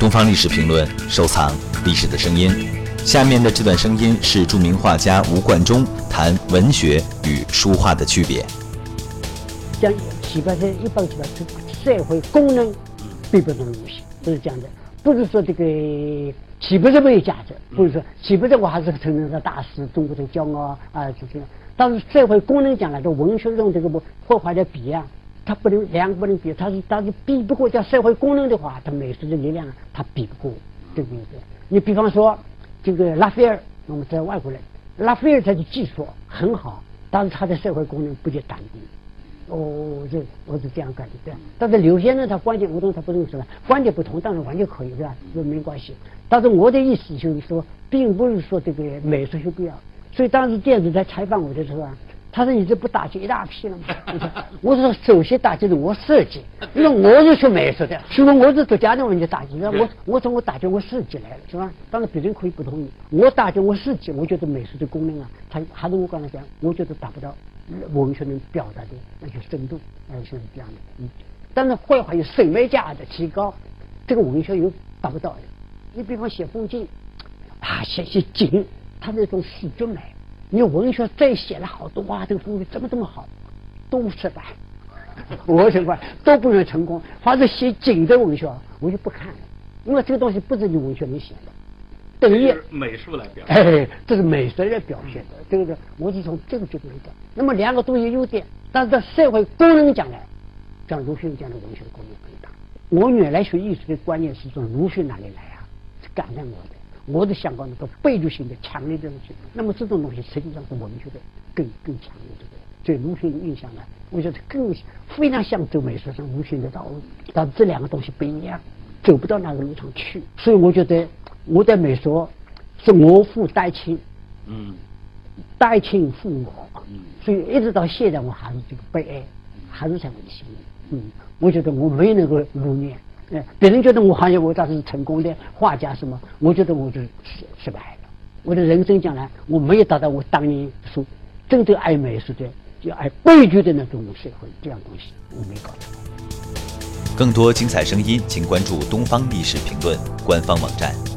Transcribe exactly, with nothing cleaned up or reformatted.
东方历史评论，收藏历史的声音。下面的这段声音是著名画家吴冠中谈文学与书画的区别。 讲基本上一般基本上社会功能并不能无形，不是这样的。不是说这个岂不是没有价值？不是说岂不是我还是承认的大师，中国的骄傲啊，就这样。但是社会功能讲来的文学中这个破坏的比啊，它不能两个不能比，它是它是比不过叫社会功能的话，它美术的力量它比不过这个意思。你比方说这个拉斐尔，我们在外国人，拉斐尔他的技术很好，但是他的社会功能不及淡定。哦，这我是这样感觉对。但是刘先生他观点，我懂他不认识了，观点不同，当然完全可以，对吧？这没关系。但是我的意思就是说，并不是说这个美术学不要。所以当时电视台采访我的时候啊，他说你这不打击一大批了吗？我说首先打击是我设计，因为我是学美术的，所以我是做家长问题打击的。我我从我打击我设计来了，是吧？当然别人可以不同意，我打击我设计，我觉得美术的功能啊，它还是我刚才讲，我觉得达不到文学能表达的那些深度，呃，是这样的。嗯，但是绘画有审美价的提高，这个文学又达不到的。你比方写风景啊，写写景。它那种视觉美，你文学再写了好多哇，这个风景怎么这么好，都失败，我什么都不能成功。凡是写景的文学，我就不看了，因为这个东西不是你文学能写的，等于美术来表现。 哎，这是美术来表现的，这个我是从这个角度来讲。那么两个都有优点，但是在社会功能讲来，像鲁迅讲的文学的功能更大。我原来学艺术的观念是从鲁迅哪里来啊？是感染我的。我的想法那个倍率性的强烈的东西，那么这种东西实际上是文学的更更强烈的。对鲁迅的印象呢，我觉得更非常像走美术上鲁迅的道路，但这两个东西不一样，走不到那个路上去。所以我觉得我的美术是我父代亲，嗯，代亲父我，嗯，所以一直到现在我还是这个悲哀，还是在我的心里。嗯，我觉得我没那个入念。哎，别人觉得我好像我倒是成功的画家什么，我觉得我就失失败了。我的人生将来我没有达到我当年说真正爱美术的，就爱悲剧的那种社会这样东西，我没搞到。 更多精彩声音，请关注东方历史评论官方网站。